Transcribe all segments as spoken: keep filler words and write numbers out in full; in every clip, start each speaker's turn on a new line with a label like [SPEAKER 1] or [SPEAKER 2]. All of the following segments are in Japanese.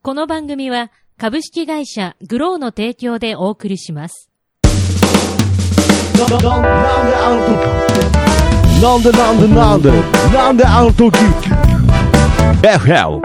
[SPEAKER 1] この番組は株式会社グローの提供でお送りします。
[SPEAKER 2] なんであの時なんでなんでなんでなんであの時 エフエル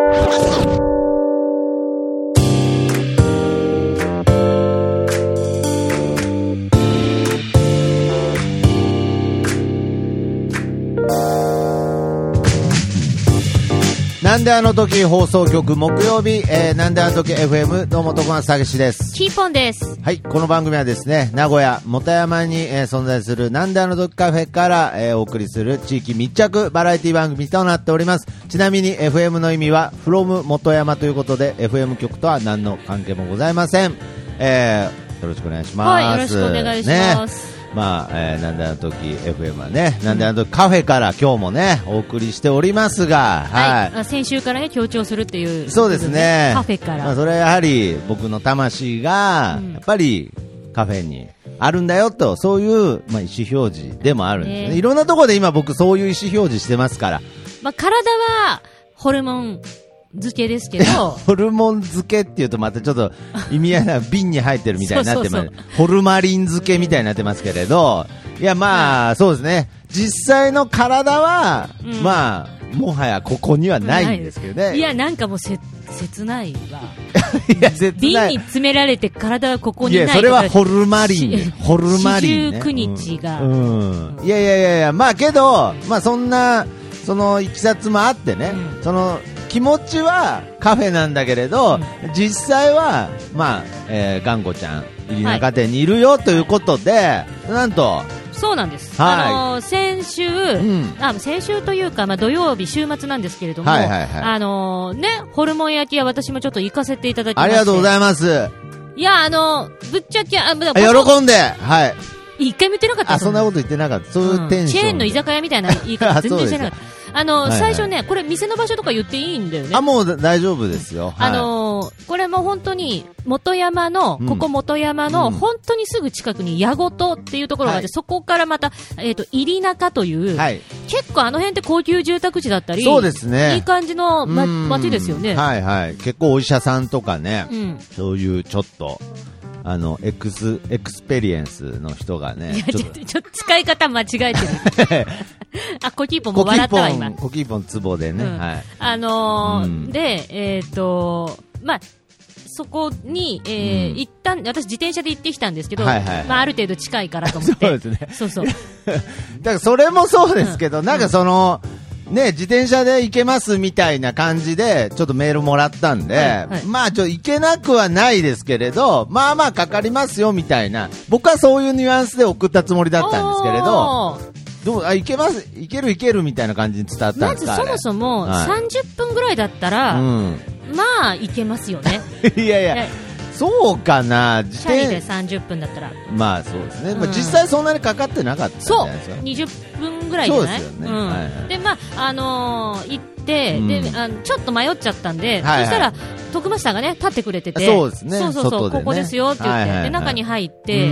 [SPEAKER 2] なんであの時放送局木曜日、えー、なんであの時 エフエム どうも徳松たけしです。
[SPEAKER 1] キーポンです。
[SPEAKER 2] はい、この番組はですね、名古屋本山に、えー、存在するなんであの時カフェから、えー、お送りする地域密着バラエティ番組となっております。ちなみに エフエム の意味は from 本山ということで エフエム 局とは何の関係もございません。えー、よろしくお願いします。
[SPEAKER 1] はい、よろしくお願いします。
[SPEAKER 2] ね、まあ、えー、なんであの時 エフエム はね、なんであの時カフェから今日もね、お送りしておりますが、
[SPEAKER 1] はい。はい、先週からね、強調するっていう、ね。
[SPEAKER 2] そうですね。
[SPEAKER 1] カフェから。
[SPEAKER 2] まあ、それはやはり僕の魂が、やっぱりカフェにあるんだよと、そういう、まあ、意思表示でもあるんですよね。いろんなところで今僕そういう意思表示してますから。
[SPEAKER 1] まあ、体は、ホルモン、漬けですけど
[SPEAKER 2] ホルモン漬けっていうとまたちょっと意味合いな瓶に入ってるみたいになってます。ホルマリン漬けみたいになってますけれど、いやまあ、うん、そうですね、実際の体は、うん、まあもはやここにはないんですけどね。
[SPEAKER 1] いやなんかもうせ切ないわ
[SPEAKER 2] いや切ない、
[SPEAKER 1] 瓶に詰められて体はここにない。い
[SPEAKER 2] やそれはホルマリンホルマリン、ね、
[SPEAKER 1] よんじゅうくにちが、
[SPEAKER 2] うんうん、いやいやいやいや、まあけどまあそんなそのいきさつもあってね、うん、その気持ちはカフェなんだけれど、うん、実際は、まあえー、頑固ちゃん入中店にいるよ、はい、ということで、なんと
[SPEAKER 1] そうなんです、
[SPEAKER 2] はい、
[SPEAKER 1] あのー、先週、うん、あ先週というか、まあ、土曜日週末なんですけれども、はいはいはい、あのー、ね、ホルモン焼きは私もちょっと行かせていただきまして、
[SPEAKER 2] ありがとうございます。
[SPEAKER 1] いやあのー、ぶっちゃけあ喜
[SPEAKER 2] んで、はい、
[SPEAKER 1] 一回も言ってなかった。
[SPEAKER 2] あそんなこと言ってなかった。そういうテンション、
[SPEAKER 1] うん、チェーンの居酒屋みたいな言い方全然してなかった。あの、はいはい、最初ね、これ店の場所とか言っていいんだよね。
[SPEAKER 2] あ、もう大丈夫ですよ。
[SPEAKER 1] はい、あのー、これも本当に本山の、うん、ここ本山の本当にすぐ近くに矢事っていうところがあって、はい、そこからまた、えっと、入中という、はい、結構あの辺って高級住宅地だったり、
[SPEAKER 2] そうですね。
[SPEAKER 1] いい感じの、ま、街ですよね。
[SPEAKER 2] はいはい。結構お医者さんとかね、うん、そういうちょっと、あのエクスエクスペリエンスの人がね、
[SPEAKER 1] ちょっとちょっと使い方間違えてるあ、コキーポンも笑ったわ今。
[SPEAKER 2] コキーポンツボでね、うん、はい、
[SPEAKER 1] あのーうん、でえっ、ー、とまあそこに、えーうん、一旦私自転車で行ってきたんですけど、はいはいはい、まあある程度近いからと思って
[SPEAKER 2] そうですね。
[SPEAKER 1] そうそう。
[SPEAKER 2] だからそれもそうですけど、うん、なんかその。ね、自転車で行けますみたいな感じでちょっとメールもらったんで、はいはい、まあちょっと行けなくはないですけれど、まあまあかかりますよみたいな、僕はそういうニュアンスで送ったつもりだったんですけれど、どうあ行けます行ける行けるみたいな感じに伝わったんですか。
[SPEAKER 1] まずそもそもさんじゅっぷんぐらいだったら、はい、うん、まあ行けますよね
[SPEAKER 2] いやいやそうかな、
[SPEAKER 1] 自転車でさんじゅっぷんだったら
[SPEAKER 2] まあそうですね、うん、まあ、実際そんなにかかってなかったんじゃないですか。
[SPEAKER 1] そうにじゅっぷんぐらいじゃない。
[SPEAKER 2] そうですよね、
[SPEAKER 1] うん、はいはい、でまああのー、行って、うん、であのちょっと迷っちゃったんで、はいはい、そしたら徳松さんがね立ってくれてて、
[SPEAKER 2] そうですね、
[SPEAKER 1] そうそうそう、ね、ここですよって言って、はいはいはい、で中に入って、うん、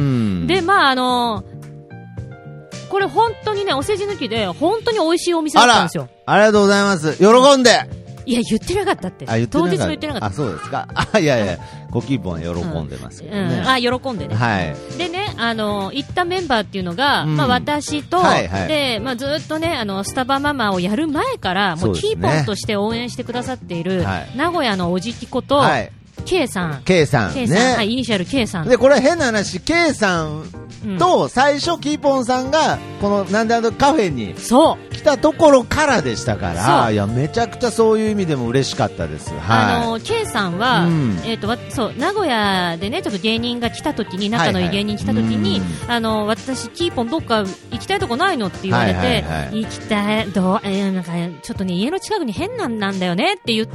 [SPEAKER 1] でまああのー、これ本当にねお世辞抜きで本当に美味しいお店だったんですよ。
[SPEAKER 2] ありがとうございます。喜んで。
[SPEAKER 1] いや言ってなかったって。当日も言ってなかった。
[SPEAKER 2] あ、そうですか。あ、いやいや、コキーポンは喜んでますけどね。うんうん、あ、
[SPEAKER 1] 喜んでね。
[SPEAKER 2] はい。
[SPEAKER 1] でね、あの行ったメンバーっていうのが、うん、まあ私と、はいはい、で、まあずっとね、あのスタバママをやる前からもうキーポンとして応援してくださっている、ね、名古屋のおじきこと、はい、K さん。
[SPEAKER 2] K さん。
[SPEAKER 1] K さん、ね、はい、イニシャル K さん。
[SPEAKER 2] で、これ変な話、K さんと最初キーポンさんがこのなんであのカフェに来たところからでしたから、いやめちゃくちゃそういう意味でも嬉しかったです。はい、
[SPEAKER 1] あの K さんは、うん、えっ、ー、とそう名古屋でねちょっと芸人が来た時に仲のいい芸人来た時に、はいはい、あの私キーポンどっか行きたいとこないのって言われて、はいはいはい、行きたいどう、えー、なんかちょっとね家の近くに変なんなんだよねって言って、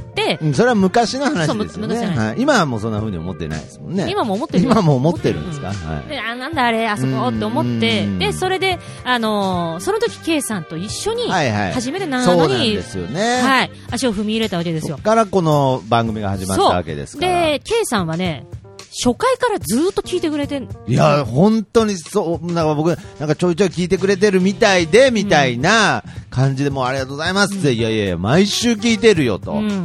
[SPEAKER 2] うん、それは昔の話ですよね。はい、今はもうそんな風に思ってないですもんね。
[SPEAKER 1] 今も思ってる。
[SPEAKER 2] 今も思ってるんですか。うん、はい、
[SPEAKER 1] であなんだあれあそこって思って、でそれであのー、その時 K さんと一緒に初めて長野に、はいはい、そうなんですよね、はい、足を踏み入れたわけですよ。
[SPEAKER 2] そこからこの番組が始まったわけですから。
[SPEAKER 1] で K さんはね初回からずっと聞いてくれてる。
[SPEAKER 2] いや本当にそうなんか僕なんかちょいちょい聞いてくれてるみたいでみたいな感じでもうありがとうございますって、うん、いやいやいや毎週聞いてるよと、うん、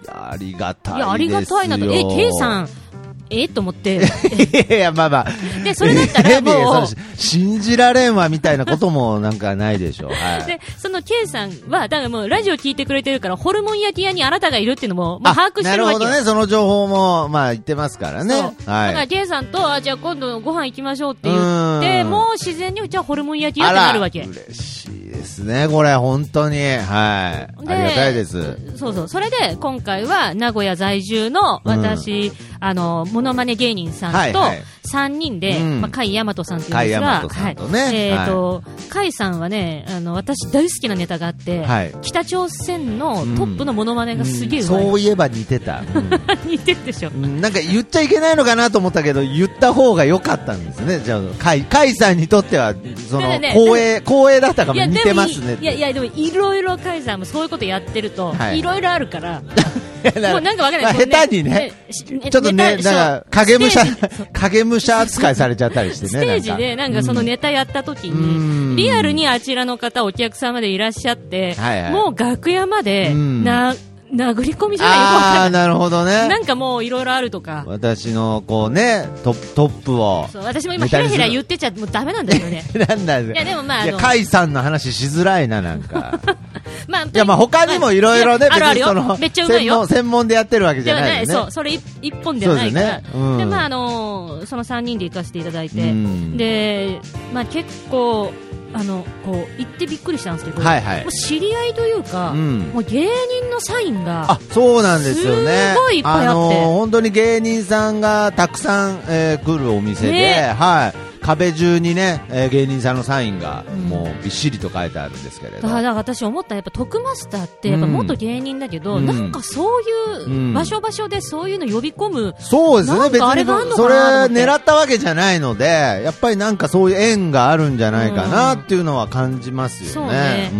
[SPEAKER 2] ありがたいですよ。
[SPEAKER 1] いや、ありがたいなと。え、K さん、えと思って。
[SPEAKER 2] いやいや、まあまあ。
[SPEAKER 1] で、それだったらもう。
[SPEAKER 2] 信じられんわみたいなこともなんかないでしょう。はい。
[SPEAKER 1] で、その K さんは、だからもうラジオ聞いてくれてるから、ホルモン焼き屋にあなたがいるっていうのも、もう把握してるわけよ。
[SPEAKER 2] なるほどね、その情報も、まあ言ってますからね。はい。だ
[SPEAKER 1] から K さんと、あ、じゃあ今度ご飯行きましょうって言って、もう自然に、じゃあホルモン焼き屋ってなるわけ。
[SPEAKER 2] 嬉しいですね、これ、本当に。はい。ありがたいです。
[SPEAKER 1] そうそう。それで、今回は名古屋在住の私、うん、あの、モノマネ芸人さんとさんにんで、はいはい、まあ、甲斐大和さんっていうんですが、
[SPEAKER 2] はい、
[SPEAKER 1] えっ、ー、と、甲斐さんはね、あの、私大好きなネタがあって、はい、北朝鮮のトップのモノマネがすげえうまい、
[SPEAKER 2] うんうん、そういえば似てた。うん、
[SPEAKER 1] 似てるでしょ。
[SPEAKER 2] なんか言っちゃいけないのかなと思ったけど、言った方が良かったんですね。じゃあ、甲斐、甲斐さんにとっては、その、ね、光栄、光栄だったかも似てますね。
[SPEAKER 1] いやいや、でもいろいろ甲斐さんもそういうことやってると、いろいろあるから、もうなんかわかんない、
[SPEAKER 2] まあ、下手にね、ちょっとね、なんか影武者、影武者扱いされちゃったりしてね。
[SPEAKER 1] ステージでなんかそのネタやった時に、リアルにあちらの方、お客様でいらっしゃって、もう楽屋までな、殴り込みじゃないよ。
[SPEAKER 2] ああ、なるほどね。
[SPEAKER 1] なんかもういろいろあるとか。
[SPEAKER 2] 私のこうね、トップ、トップを。
[SPEAKER 1] そう、私も今ヘラヘラ言ってちゃもうダメなんですよね。
[SPEAKER 2] なんだよ。
[SPEAKER 1] いやでもまあ、
[SPEAKER 2] いや、甲斐さんの話しづらいな、なんか。
[SPEAKER 1] まあ、
[SPEAKER 2] いや、まあ他にもいろいろね、
[SPEAKER 1] 別にその、めっちゃうまいよ。
[SPEAKER 2] 専門でやってるわけじゃないよね。
[SPEAKER 1] そう、それ一本ではないから。で、まああの、そのさんにんで行かせていただいて、で、まあ結構、あのこう行ってびっくりしたんですけど、はいはい、もう知り合いというか、うん、もう芸人のサインが
[SPEAKER 2] あそうなんですよね。
[SPEAKER 1] すごいいっぱいあって、あのー、
[SPEAKER 2] 本当に芸人さんがたくさん、えー、来るお店で、ね、はい。壁中にね、えー、芸人さんのサインがもうびっしりと書いてあるんですけれど、
[SPEAKER 1] だから私思ったやっぱ徳マスターってやっぱ元芸人だけど、うん、なんかそういう場所場所でそういうの呼び込む、
[SPEAKER 2] そうですね、別にそれ狙ったわけじゃないので、やっぱりなんかそういう縁があるんじゃないかなっていうのは感じますよね。そうね、うん、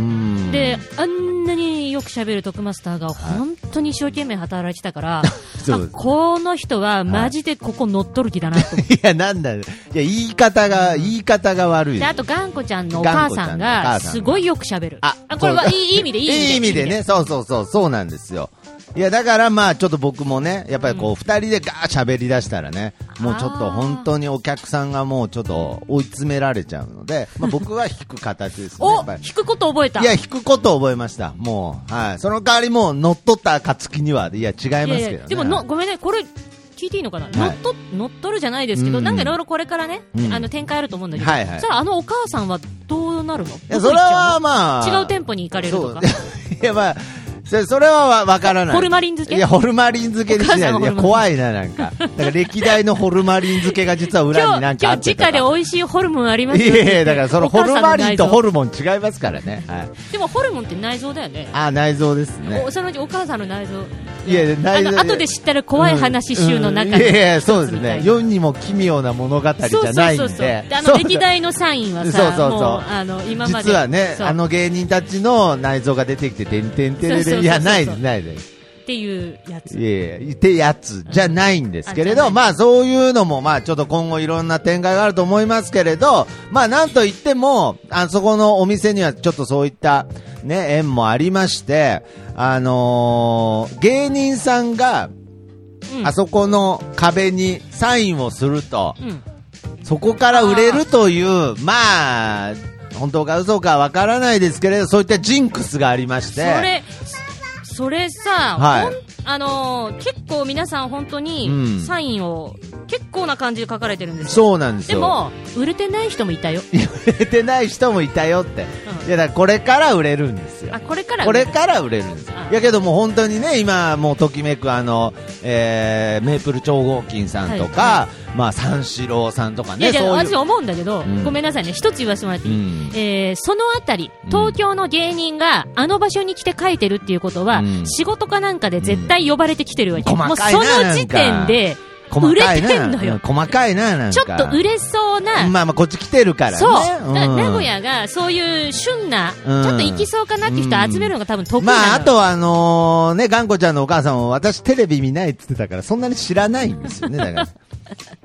[SPEAKER 2] であんなによく喋る徳マスターが本当に一生懸命働いてたからこの人はマジでここ乗っ取る気だなと思って。いやなんだいや言い方が言い方が悪い。
[SPEAKER 1] であと頑固ちゃんのお母さんがすごいよく喋る。あこれはいい意味でいい意味で
[SPEAKER 2] いい意味でね。そうそうそうそうなんですよ。いやだからまあちょっと僕もねやっぱりこう二、うん、人でガー喋り出したらねもうちょっと本当にお客さんがもうちょっと追い詰められちゃうので、まあ、僕は引く形ですね。
[SPEAKER 1] お引くこと覚えた。
[SPEAKER 2] いや引くこと覚えました。もうはいその代わりもう乗っ取った暁にはいや違いますけどね。いやいや
[SPEAKER 1] でものごめんねこれ聞いていいのかな、はい、乗っと乗っ取るじゃないですけど、うん、なんかいろいろこれからね、うん、あの展開あると思うんだけど、はいはい、それあのお母さんはどうなるの？い
[SPEAKER 2] やそれはまあ
[SPEAKER 1] 違う店舗に行かれるとか。
[SPEAKER 2] いやまあそれはわからない。
[SPEAKER 1] ホルマリン漬け？
[SPEAKER 2] いやホルマリン漬けにしないで。いや怖いななんか。だから歴代のホルマリン漬けが実は裏になんかあってとか。
[SPEAKER 1] 今日直で美味しいホルモンありますよ。
[SPEAKER 2] いやいやだからそのホルマリンとホルモン違いますからね。はい。
[SPEAKER 1] でもホルモンって内臓だよね。
[SPEAKER 2] あ内臓ですね。
[SPEAKER 1] おそのうちお母さんの内臓。
[SPEAKER 2] いや内臓。
[SPEAKER 1] あの後で知ったら怖い話集の中
[SPEAKER 2] に、うんうん。いやいやそうですね。世にも奇妙な物語じゃないんで。そうそうそうそう。
[SPEAKER 1] であの歴代のサインはさ、そうそうそう。あの今まで
[SPEAKER 2] 実はねあの芸人たちの内臓が出てきててんてんてれれいやないですない。
[SPEAKER 1] っていうやつ。
[SPEAKER 2] いやいや、ってやつじゃないんですけれど、うん、まあそういうのもまあちょっと今後いろんな展開があると思いますけれど、まあなんといっても、あそこのお店にはちょっとそういったね、縁もありまして、あのー、芸人さんが、うん、あそこの壁にサインをすると、うん、そこから売れるという、まあ、本当か嘘かわからないですけれど、そういったジンクスがありまして、
[SPEAKER 1] それそれさ、はい、あのー、結構皆さん本当にサインを結構な感じで書かれてるんですよ。
[SPEAKER 2] そうなんですよ。
[SPEAKER 1] でも売れてない人もいたよ。
[SPEAKER 2] 売れてない人もいたよって、うん、いやだからこれから売れるんですよ。
[SPEAKER 1] あこれから
[SPEAKER 2] これから売れるんですよ。いやけども本当にね今もうときめくあの、えー、メープル超合金さんとか、はいはい、まあ三四郎さんとかね。
[SPEAKER 1] いやいや私思うんだけど、うん、ごめんなさいね一つ言わせてもらっていい、うん、えー、そのあたり東京の芸人があの場所に来て書いてるっていうことは、うん、仕事かなんかで絶対呼ばれてきてるわけ、うん、もうその時点で売れてんのよ。
[SPEAKER 2] 細かいななんか
[SPEAKER 1] ちょっと売れそうな
[SPEAKER 2] まあまあこっち来てるからね。
[SPEAKER 1] そう、うん、名古屋がそういう旬な、うん、ちょっと行きそうかなっていう人集めるのが多分得意なのよ、
[SPEAKER 2] まああとはあのー、ね頑固ちゃんのお母さんも私テレビ見ないって言ってたからそんなに知らないんですよねだから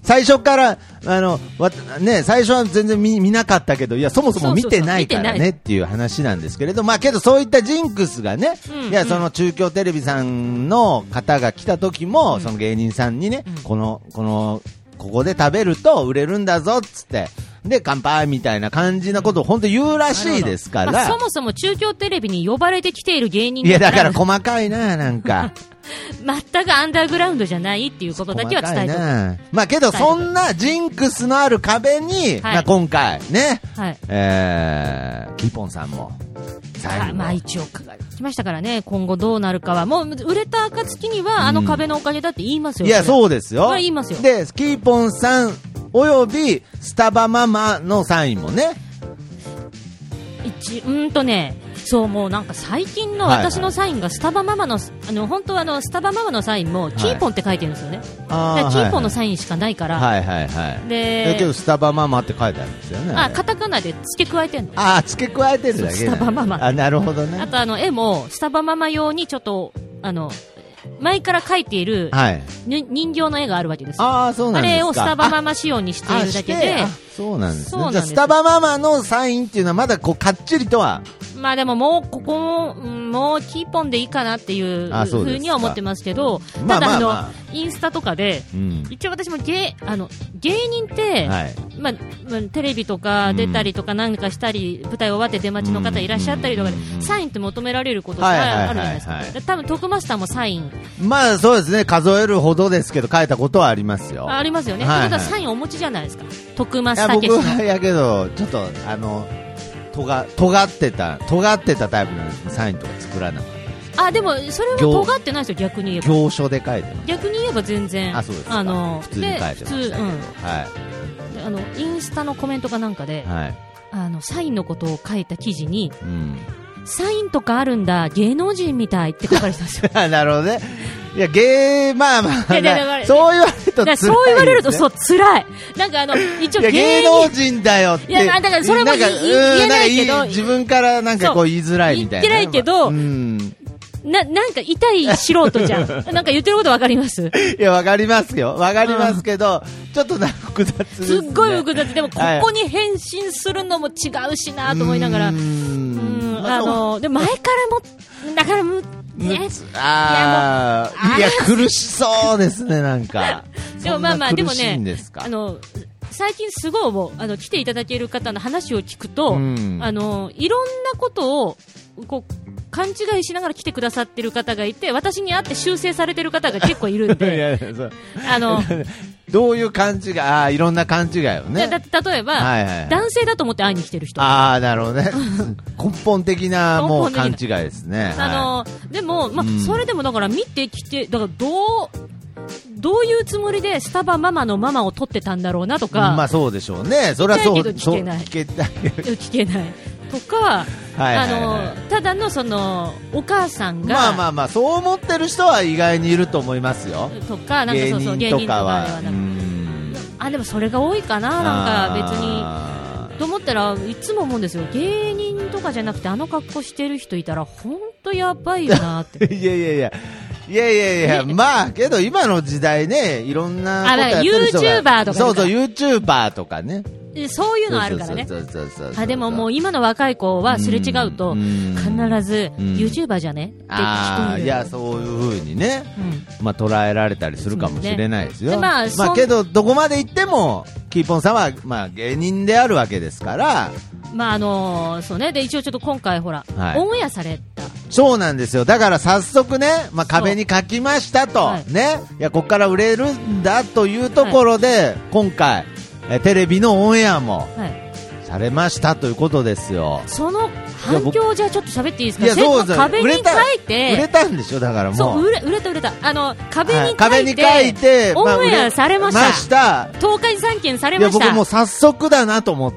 [SPEAKER 2] 最初からあのわ、ね、最初は全然 見, 見なかったけど、いやそもそも見てないからねっていう話なんですけれど、まあけどそういったジンクスがね、うんうん、いやその中京テレビさんの方が来た時も、うん、その芸人さんにね、うん、このこのここで食べると売れるんだぞっつってで乾杯みたいな感じなことを本当言うらしいですから、
[SPEAKER 1] まあ、そもそも中京テレビに呼ばれてきている芸人
[SPEAKER 2] だから、いやだから細かいななんか
[SPEAKER 1] 全くアンダーグラウンドじゃないっていうことだけは伝えておく。
[SPEAKER 2] まあけどそんなジンクスのある壁に、はい、まあ、今回ね、はい、えー、キーポンさんも
[SPEAKER 1] あまあ一応来ましたからね、今後どうなるかはもう売れた暁にはあの壁のおかげだって言いますよ、
[SPEAKER 2] うん、いやそうですよ、
[SPEAKER 1] これ言いますよ。
[SPEAKER 2] でキーポンさんおよびスタバママのサインもね、
[SPEAKER 1] 一うんとねそうもうなんか最近の私のサインがスタバママの、はいはい、あの本当はあのスタバママのサインもキーポンって書いてるんですよね、はい、キーポンのサインしかないから、
[SPEAKER 2] はいはいはい、でだけどスタバママって書いてあるんですよね。
[SPEAKER 1] あカタカナで付け加えてるの。
[SPEAKER 2] あ付け加えてるだけ
[SPEAKER 1] スタバママ。
[SPEAKER 2] あなるほどね。
[SPEAKER 1] あとあの絵もスタバママ用にちょっとあの前から描いている、はい、人形の絵があるわけですよ。
[SPEAKER 2] あそうなんですか。
[SPEAKER 1] あれをスタバママ仕様にしているだけで。
[SPEAKER 2] そうなんですね。じゃあスタバママのサインっていうのはまだこうかっちりとは。
[SPEAKER 1] まあでももうここももうキーポンでいいかなっていうふうには思ってますけど、ただあの、まあまあまあ、インスタとかで、うん、一応私も芸あの芸人って、はいまあまあ、テレビとか出たりとかなんかしたり、うん、舞台終わって出待ちの方いらっしゃったりとかで、うん、サインって求められることがあるじゃないですか。多分徳マスターもサイン
[SPEAKER 2] まあそうですね、数えるほどですけど書いたことはありますよ。
[SPEAKER 1] ありますよね。はいはい、ということはサインお持ちじゃないですか、徳マスター
[SPEAKER 2] 僕はやけどちょっとあのとが尖ってた尖ってたタイプなんです。サインとか作らなかった。
[SPEAKER 1] あでもそれは尖ってないですよ。逆に言えば
[SPEAKER 2] 行書で書いてます。
[SPEAKER 1] 逆に言えば全然
[SPEAKER 2] あそうですか。あの普通に書いてましたけど、うん、はい
[SPEAKER 1] あのインスタのコメントかなんかで、はい、あのサインのことを書いた記事に、うん、サインとかあるんだ芸能人みたいって書かれてたんですよ
[SPEAKER 2] なるほどね。いや芸まあまあそう言われると辛い、ね、
[SPEAKER 1] そう言われるとそう辛い。なんかあの一応芸,
[SPEAKER 2] 芸能人だよって。
[SPEAKER 1] いやだからそれも言えないけど
[SPEAKER 2] 自分からなんかこう言いづらいみたいな。
[SPEAKER 1] 言ってないけど、うんな, なんか痛い素人じゃんなんか言ってることわかります？
[SPEAKER 2] いやわかりますよ、わかりますけど、うん、ちょっとな複雑ですね。
[SPEAKER 1] すっごい複雑でもここに変身するのも違うしなと思いながら、はい、うーんあので前からもだからもね、
[SPEAKER 2] あいやもういや苦しそうですねなんか
[SPEAKER 1] でもまあまあでもねあの最近すごいもうあの来ていただける方の話を聞くと、うん、あのいろんなことをこう勘違いしながら来てくださってる方がいて、私に会って修正されてる方が結構いるんでいやいやあの
[SPEAKER 2] どういう勘違い、ああいろんな勘違いをね。
[SPEAKER 1] だって例えば、はいはいはい、男性だと思って会いに来てる人、
[SPEAKER 2] ああなるほどね根本的なもう勘違いですね。
[SPEAKER 1] あの、はい、でも、まあ、それでもだから見てきてだからどうどういうつもりでスタバママのママを取ってたんだろうなとか、
[SPEAKER 2] まあそうでしょうね。それはそう
[SPEAKER 1] 聞けない
[SPEAKER 2] 聞けない
[SPEAKER 1] 聞けないとか、はいはいはい、あのただのそのお母さんが
[SPEAKER 2] まあまあまあそう思ってる人は意外にいると思いますよ。
[SPEAKER 1] とかなんかそうそう芸人とかはうんあでもそれが多いかな。なんか別にと思ったらいつも思うんですよ。芸人とかじゃなくてあの格好してる人いたら本当やばいなって
[SPEAKER 2] いやいやいやいやいやいや、まあけど今の時代ねいろんなことやってる人が
[SPEAKER 1] YouTuber とか
[SPEAKER 2] そうそう YouTuber とかね
[SPEAKER 1] そういうのあるからね。あでももう今の若い子はすれ違うと必ず YouTuber じゃねって聞こえる。
[SPEAKER 2] いやそういう風にね、うん、まあ捉えられたりするかもしれないですよ。ね、まあ、まあけどどこまで行ってもキーポンさんはまあ芸人であるわけですから。
[SPEAKER 1] まああのー、そうねで一応ちょっと今回ほら、はい、オンエアされた。
[SPEAKER 2] そうなんですよ。だから早速ね、まあ、壁に書きましたと、はい、ねいやここから売れるんだというところで、はい、今回えテレビのオンエアもされましたということですよ。
[SPEAKER 1] その反響じゃちょっと喋っていいですか。いやそうです壁に書いて
[SPEAKER 2] 売れたんでしょ。だからもう
[SPEAKER 1] そう売れ売れた売れたあの壁に書いて、
[SPEAKER 2] 壁に書いて
[SPEAKER 1] オンエアされました。
[SPEAKER 2] ました
[SPEAKER 1] 東海さんけんされました。
[SPEAKER 2] いや僕も早速だなと思って、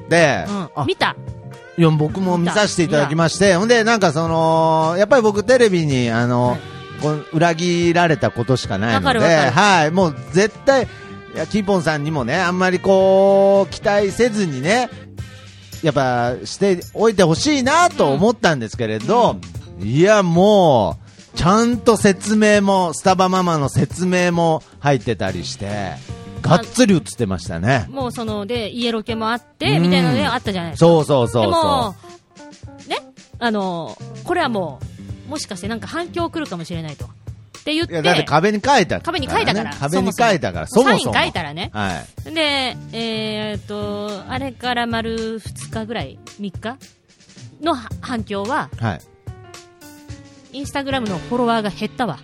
[SPEAKER 1] うん、見た
[SPEAKER 2] いや僕も見させていただきまして、ほんでなんかそのやっぱり僕テレビにあの、はい、こう裏切られたことしかないので、はいもう絶対いやキーポンさんにもねあんまりこう期待せずにねやっぱしておいてほしいなと思ったんですけれど、うん、いやもうちゃんと説明もスタバママの説明も入ってたりしてがっつり映ってましたね。
[SPEAKER 1] もうそので家ロケもあってみたいなのであったじゃないです
[SPEAKER 2] か。そうそうそうそう。
[SPEAKER 1] でもね、あのこれはもうもしかしてなんか反響来るかもしれないとって言って、いや
[SPEAKER 2] だって壁に書いたから、ね、
[SPEAKER 1] 壁に書いたから
[SPEAKER 2] 壁に書いたからそもそも
[SPEAKER 1] サイン書いたらね、
[SPEAKER 2] はい、
[SPEAKER 1] でえー、っとあれから丸ふつかぐらいみっかの反響は、はい、インスタグラムのフォロワーが減ったわ。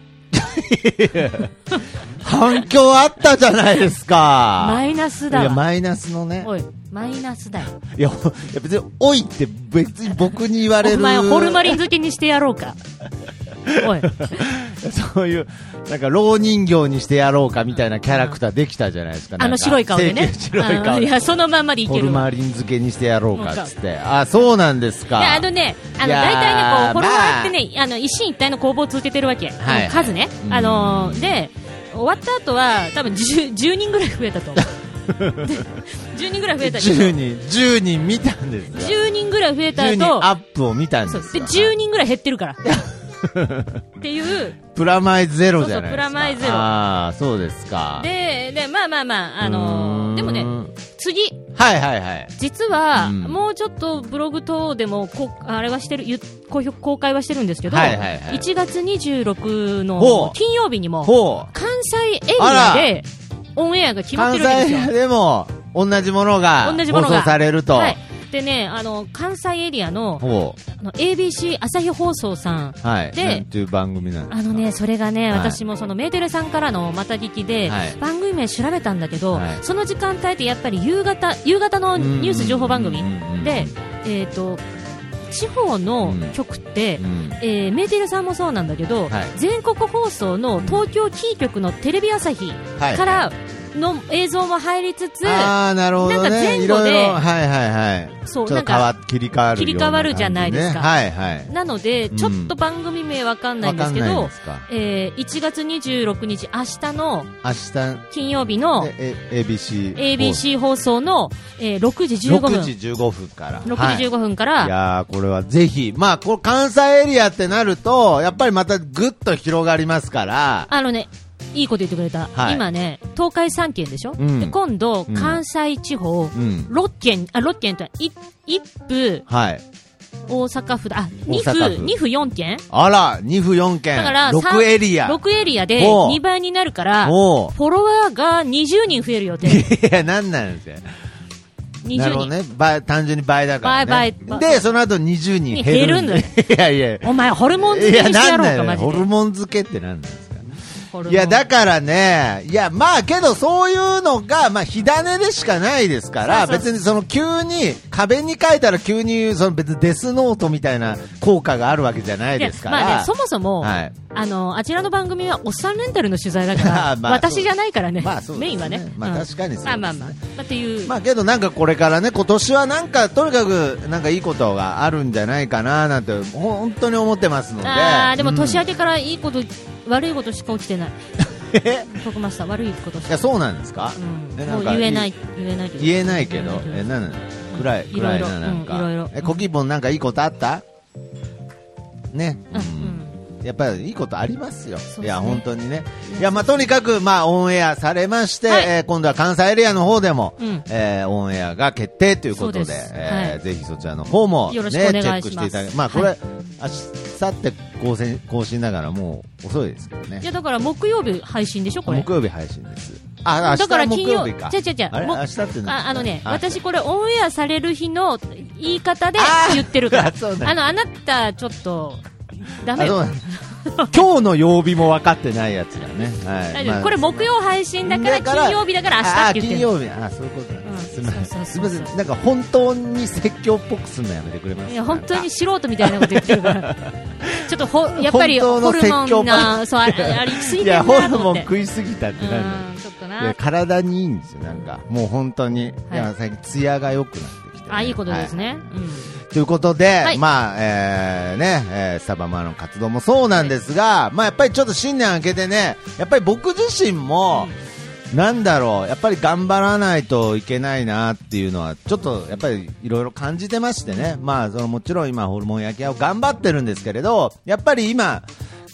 [SPEAKER 2] 反響あったじゃないですか。
[SPEAKER 1] マイナスだわ。
[SPEAKER 2] いやマイナスのね。
[SPEAKER 1] おいマイナスだよ。
[SPEAKER 2] いや別においって別に僕に言われる。
[SPEAKER 1] お前ホルマリン漬けにしてやろうか。おい
[SPEAKER 2] そういうなんか老人形にしてやろうかみたいなキャラクターできたじゃないですか。
[SPEAKER 1] あの白い顔でね。
[SPEAKER 2] 白い顔。
[SPEAKER 1] いやそのまんまでいけるわ。
[SPEAKER 2] ホルマリン漬けにしてやろうかっつって。あそうなんですか。
[SPEAKER 1] いやあのねあの大体ねこうフォロワーってね、まあ、あの一進一退の攻防を続けてるわけ。はい、数ね。あのー、で終わった後は多分 10, じゅうにんぐらい増えたと思う。じゅうにんぐらい増えた。
[SPEAKER 2] じゅうにんじゅうにん見たんですよ。
[SPEAKER 1] じゅうにんぐらい増えた後
[SPEAKER 2] じゅうにんアップを見たんですよ。
[SPEAKER 1] でじゅうにんぐらい減ってるから。っていう
[SPEAKER 2] プラマイゼロじゃないですか。そうそう
[SPEAKER 1] プラマイゼロ。
[SPEAKER 2] ああそうですか。
[SPEAKER 1] ででまあまあまああのー、でもね次
[SPEAKER 2] はいはいはい
[SPEAKER 1] 実は、うん、もうちょっとブログ等でもこあれはしてる公表公開はしてるんですけど、はいはいはい、いちがつにじゅうろくの金曜日にも関西エリアでオンエアが決まってるわけですよ。
[SPEAKER 2] 関西でも同じものが放送されると。はい
[SPEAKER 1] でね、あの関西エリア の, あの エービーシー 朝日放送さんで、
[SPEAKER 2] はい、なんていう番組なんですか。
[SPEAKER 1] あのねそれがね、はい、私もそのメーテレさんからのまた聞きで、はい、番組名調べたんだけど、はい、その時間帯ってやっぱり夕方夕方のニュース情報番組で、えーと地方の局って、うんえー、メーテレさんもそうなんだけど、はい、全国放送の東京キー局のテレビ朝日から、はいの映像も入りつつ、
[SPEAKER 2] あーなるほどね、なんか前後でいろいろはいはいはい
[SPEAKER 1] そう
[SPEAKER 2] なんか切り替わる
[SPEAKER 1] 切り替わるじゃないですか、
[SPEAKER 2] ねはいはい、
[SPEAKER 1] なのでちょっと番組名わかんないんですけど、うんえー、いちがつにじゅうろくにち明日の明日金曜日の
[SPEAKER 2] エービーシー
[SPEAKER 1] エービーシー 放送の、えー、ろくじじゅうごふん
[SPEAKER 2] ろくじじゅうごふんから
[SPEAKER 1] ろくじじゅうごふんから、はい、
[SPEAKER 2] いやーこれはぜひまあこれ関西エリアってなるとやっぱりまたぐっと広がりますから
[SPEAKER 1] あのねいいこと言ってくれた、はい、今ね東海さんけんでしょ、うん、で今度関西地方、うん、ろっけんあろっけんとい一府、はい、大阪府だあに府に府よんけん
[SPEAKER 2] あらに府よんけんだからろくエリア
[SPEAKER 1] ろくエリアでにばいになるからフォロワーがにじゅうにん増える予定。
[SPEAKER 2] いやなんなんですよなるほどね倍単純に倍だからね倍倍でその後にじゅうにん減るんだ。いやいや
[SPEAKER 1] お前ホルモン漬けにしてやろうかマジで。
[SPEAKER 2] ホルモン漬けってなんなんですか。いやだからねいやまあけどそういうのがまあ火種でしかないですから別にその急に壁に書いたら急にその別にデスノートみたいな効果があるわけじゃないですから
[SPEAKER 1] まあねそもそも、はい、あのあちらの番組はおっさんレンタルの取材だからまあ私じゃないからね、まあそうですね、メインはね
[SPEAKER 2] まあ確かにそうですね、うん、まあまあまあ
[SPEAKER 1] っていう
[SPEAKER 2] まあけどなんかこれからね今年はなんかとにかくなんかいいことがあるんじゃないかななんて本当に思ってますので
[SPEAKER 1] あでも年明けからいいこと、うん、悪いことしか起きてない徳松さん悪いことして
[SPEAKER 2] いやそうなんですか、
[SPEAKER 1] うん、もう言えない言えないけど
[SPEAKER 2] 言えないけどえなん暗い暗いななんか、うん、いろいろえコキボンなんかいいことあったね、うんうん、やっぱりいいことありますよ、すね、いや本当にねいやまあとにかくまあオンエアされまして、はいえー、今度は関西エリアの方でも、うんえー、オンエアが決定ということで、えーはい、ぜひそちらの方も、ね、
[SPEAKER 1] よろしくお願いします
[SPEAKER 2] チェックしていただきまあこれ、はい明日って更新更新だからもう遅いですけどね。
[SPEAKER 1] いやだから木曜日配信でしょこれ。
[SPEAKER 2] 木曜日配信です。あ、明日は木曜日か。
[SPEAKER 1] 違う違う違う。
[SPEAKER 2] あれ明日って
[SPEAKER 1] ああのね私これオンエアされる日の言い方で言ってるから。あ, あのあなたちょっとダメよ。
[SPEAKER 2] 今日の曜日も分かってないやつがね。
[SPEAKER 1] はいまあ、これ木曜配信だから金曜日だから明日って言ってる。
[SPEAKER 2] 金曜日あそういうことだ。うん、すみませんすみませんなんか本当に説教っぽくするのやめてくれますか。
[SPEAKER 1] いや本当に素人みたいなこと言ってるからちょっとほやっぱりホルモンなそうあれありすぎてるなと思って。いやホルモン
[SPEAKER 2] 食いすぎたってなんだ。ちょっとな。いや体にいいんですよなんかもう本当に、はい、いや最近ツヤが良くなってきて、ね。
[SPEAKER 1] あいいことですね。はい、うん
[SPEAKER 2] ということで、はい、まあ、えー、ね、えー、スタバマの活動もそうなんですが、はい、まあやっぱりちょっと新年明けてね、やっぱり僕自身も、うん、なんだろう、やっぱり頑張らないといけないなっていうのは、ちょっとやっぱりいろいろ感じてましてね、まあそのもちろん今ホルモン焼き屋を頑張ってるんですけれど、やっぱり今、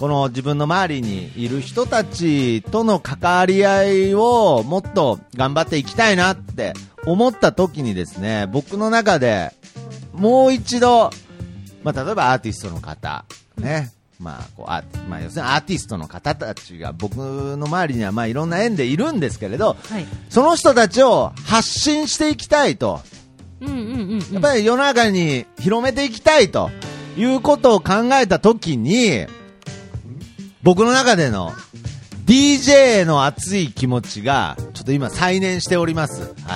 [SPEAKER 2] この自分の周りにいる人たちとの関わり合いをもっと頑張っていきたいなって思った時にですね、僕の中でもう一度、まあ、例えばアーティストの方、ね、まあ、こうアーまあ、要するにアーティストの方たちが僕の周りにはまあいろんな縁でいるんですけれど、はい、その人たちを発信していきたいと、
[SPEAKER 1] うんうんうんうん、
[SPEAKER 2] やっぱり世の中に広めていきたいということを考えたときに、僕の中での ディージェー への熱い気持ちがちょっと今再燃しております。はい。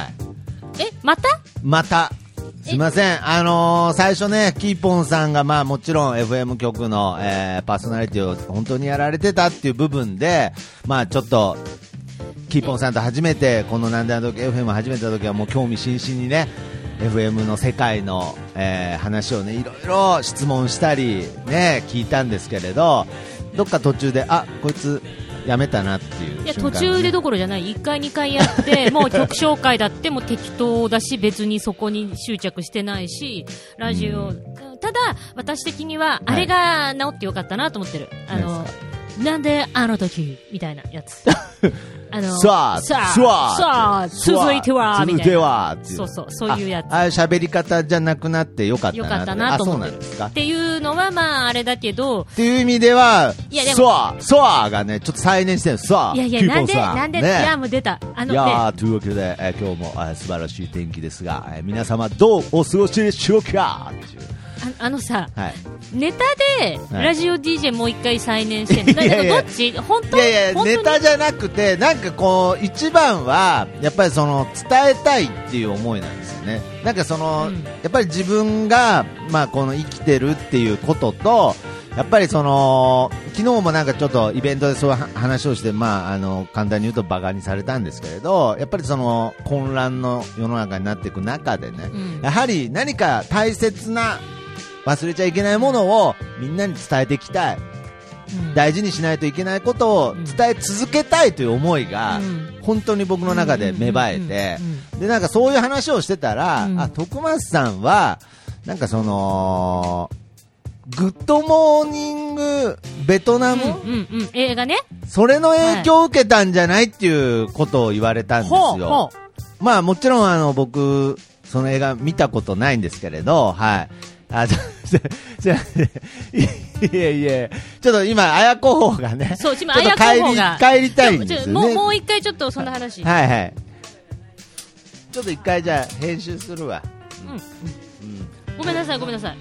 [SPEAKER 1] え、また
[SPEAKER 2] またすいません、あのー、最初ね、キーポンさんがまあもちろん エフエム 局の、えー、パーソナリティを本当にやられてたっていう部分で、まあちょっとキーポンさんと初めてこのなんであの時 エフエム 始めた時はもう興味津々にね、エフエム の世界の、えー、話をねいろいろ質問したりね聞いたんですけれど、どっか途中であこいつやめたなっていう、ね、
[SPEAKER 1] いや途中でどころじゃない、いっかいにかいやってもう曲紹介だっても適当だし別にそこに執着してないしラジオ、うん、ただ私的にはあれが治ってよかったなと思ってる、はい、あのなんであの時みたいなやつあの
[SPEAKER 2] さあ
[SPEAKER 1] さあ
[SPEAKER 2] さ
[SPEAKER 1] あ続いてはみたいな、
[SPEAKER 2] 続いては
[SPEAKER 1] そうそうそういうやつ、
[SPEAKER 2] ああ喋り方じゃなくなってよかったな
[SPEAKER 1] よかったなと思ってるっていうのはまああれだけど
[SPEAKER 2] っていう意味では、いやでもソアソアがねちょっと再燃してる。ソア
[SPEAKER 1] いやいやなんでなんで、ね、いやもう出たあの、ね、
[SPEAKER 2] いやというわけで、えー、今日も、えー、素晴らしい天気ですが、えー、皆様どうお過ごしでしょうかっていう
[SPEAKER 1] あ, あのさ、
[SPEAKER 2] はい、
[SPEAKER 1] ネタでラジオ ディージェー もう一回再燃してる、はい、だからどっち本当
[SPEAKER 2] いやいやネタじゃなくてなんかこう一番はやっぱりその伝えたいっていう思いなんですよね。なんかその、うん、やっぱり自分がまあこの生きてるっていうこととやっぱりその昨日もなんかちょっとイベントでそういう話をして、まあ、あの簡単に言うとバカにされたんですけれど、やっぱりその混乱の世の中になっていく中でね、うん、やはり何か大切な忘れちゃいけないものをみんなに伝えていきたい、うん、大事にしないといけないことを伝え続けたいという思いが、うん、本当に僕の中で芽生えて、でなんかそういう話をしてたら、うん、あ徳松さんはなんかそのグッドモーニングベトナム、うんうんうん、
[SPEAKER 1] 映画ね、
[SPEAKER 2] それの影響を受けたんじゃないっていうことを言われたんですよ。ほうほう、まあもちろんあの僕その映画見たことないんですけれど、はい。あ、じゃ、じゃ、いやいや、ちょっと今、綾子方がね、
[SPEAKER 1] そう、今、綾子方が
[SPEAKER 2] 帰りたいんですよね。
[SPEAKER 1] もう、もう一回ちょっとそんな話。
[SPEAKER 2] はいはい。ちょっと一回じゃあ、編集するわ。うん。うん。
[SPEAKER 1] ごめんなさい、ごめんなさい。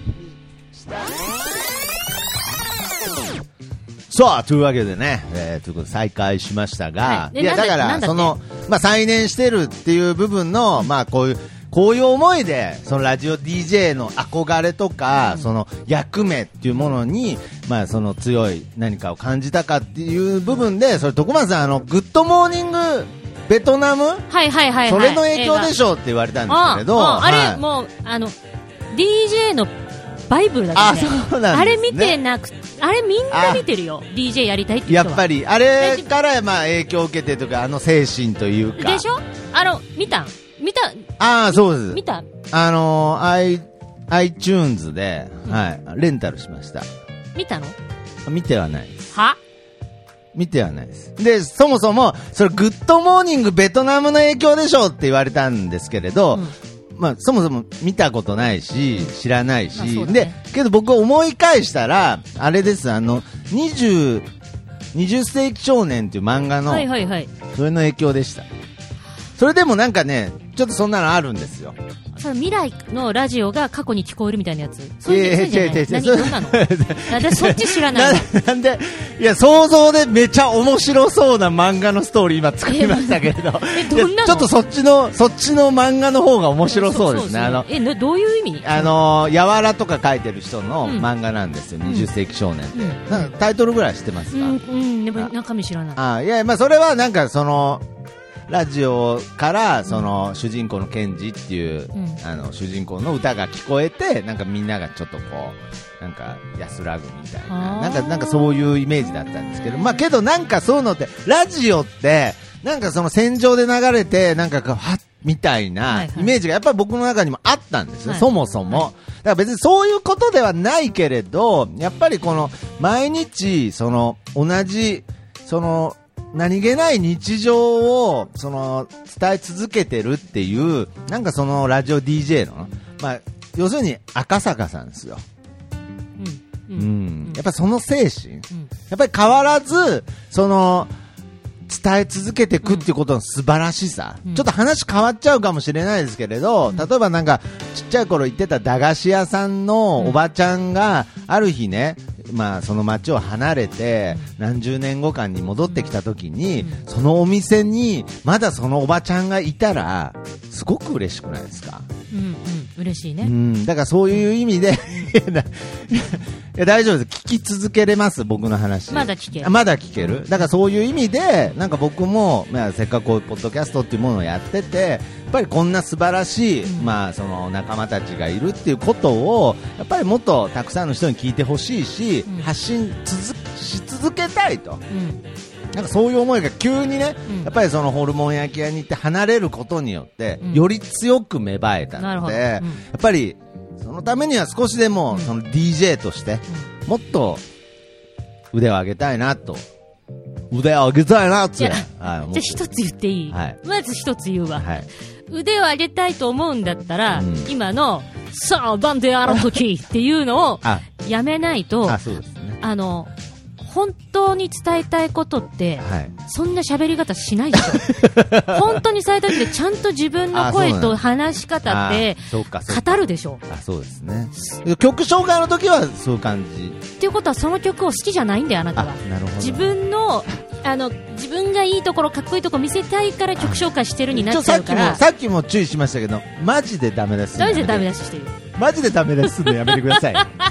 [SPEAKER 2] さあ、というわけでね、えー、ということで再開しましたが、はい、いや、だから、その、まあ、再燃してるっていう部分の、まあ、こういう、こういう思いでそのラジオ ディージェー の憧れとか、うん、その役目っていうものに、まあ、その強い何かを感じたかっていう部分で、それ徳松さんあのグッドモーニングベトナム、
[SPEAKER 1] はいはいはいはい、
[SPEAKER 2] それの影響でしょうって言われたんですけれど、
[SPEAKER 1] ああ、はい、あれもうあの ディージェー のバイブルだったね。
[SPEAKER 2] あ、そうなんですね。
[SPEAKER 1] あれ見てなく、あれみんな見てるよ。ディージェー やりたいって人は。
[SPEAKER 2] やっぱりあれからまあ影響を受けてとかあの精神というか。
[SPEAKER 1] でしょ？あの見た見た。
[SPEAKER 2] ああそうです。
[SPEAKER 1] 見た。
[SPEAKER 2] あのー、iTunes で、うん、はい、レンタルしました。
[SPEAKER 1] 見たの？
[SPEAKER 2] 見てはないです。
[SPEAKER 1] は？
[SPEAKER 2] 見てはないです。で、そもそも、それグッドモーニングベトナムの影響でしょって言われたんですけれど、うん、まあ、そもそも見たことないし、知らないし、まあね、で、けど僕思い返したら、あれです、あの、にじゅう、にじゅっ世紀少年っていう漫画の、
[SPEAKER 1] はいはいはい、
[SPEAKER 2] それの影響でした。それでもなんかね、ちょっとそんなのあるんですよ。
[SPEAKER 1] その未来のラジオが過去に聞こえるみたいなやつ。そういうやつじゃない。何どんなの？私そっち知らない。
[SPEAKER 2] な, なんでいや想像でめちゃ面白そうな漫画のストーリー今作りましたけれど、
[SPEAKER 1] えどんなの？
[SPEAKER 2] ちょっとそっちのそっちの漫画の方が面白そうですね。あの
[SPEAKER 1] えどういう意味？
[SPEAKER 2] あのやわらとか書いてる人の漫画なんですよ。うん、にじゅっ世紀少年って、うん、なんかタイトルぐらい知ってますか？
[SPEAKER 1] うん、うん、でも中身知らない。
[SPEAKER 2] あいやまあそれはなんかその。ラジオからその主人公のケンジっていう、うん、あの主人公の歌が聞こえてなんかみんながちょっとこうなんか安らぐみたいななんかなんかそういうイメージだったんですけど、まあけどなんかそういうのってラジオってなんかその戦場で流れてなんかはっみたいなイメージがやっぱり僕の中にもあったんですよ、はい、そもそも、はい、だから別にそういうことではないけれど、やっぱりこの毎日その同じその何気ない日常をその伝え続けてるっていうなんかそのラジオ ディージェー の、まあ、要するに赤坂さんですよ。うんうん、やっぱりその精神、うん、やっぱり変わらずその伝え続けていくっていうことの素晴らしさ、うん、ちょっと話変わっちゃうかもしれないですけれど、うん、例えばなんかちっちゃい頃行ってた駄菓子屋さんのおばちゃんがある日ね、まあ、その町を離れて何十年後かに戻ってきた時に、そのお店にまだそのおばちゃんがいたらすごく嬉しくないですか。
[SPEAKER 1] うんうん、嬉しいね、
[SPEAKER 2] うん、だからそういう意味でいや大丈夫です、聞き続けれます、僕の話
[SPEAKER 1] まだ聞ける
[SPEAKER 2] まだ聞けるだからそういう意味でなんか僕も、まあ、せっかくこういうポッドキャストっていうものをやってて、やっぱりこんな素晴らしい、うんまあ、その仲間たちがいるっていうことをやっぱりもっとたくさんの人に聞いてほしいし、うん、発信続し続けたいと、うんなんかそういう思いが急にね、うん、やっぱりそのホルモン焼き屋に行って離れることによって、うん、より強く芽生えたので、うん、やっぱりそのためには少しでもその ディージェー としてもっと腕を上げたいなと、腕を上げたいなって、はい、じ
[SPEAKER 1] ゃあ一つ言っていい、はい、まず一つ言うわ、はい、腕を上げたいと思うんだったら、うん、今のさあなんであの時っていうのをやめないと、あ、そうですね、あの本当に伝えたいことって、はい、そんな喋り方しないでしょ本当に伝えたいってちゃんと自分の声と話し方って語るでしょ。
[SPEAKER 2] あ、そうですね。曲紹介の時はそういう感じ
[SPEAKER 1] っていうことはその曲を好きじゃないんだよあなたは。
[SPEAKER 2] なるほど。
[SPEAKER 1] 自分のあの自分がいいところかっこいいところ見せたいから曲紹介してるになっちゃうから。
[SPEAKER 2] さっきも、さっきも注意しましたけどマジでダメ出し
[SPEAKER 1] マジでダメ出ししてる
[SPEAKER 2] マジでダメ出しするのやめてください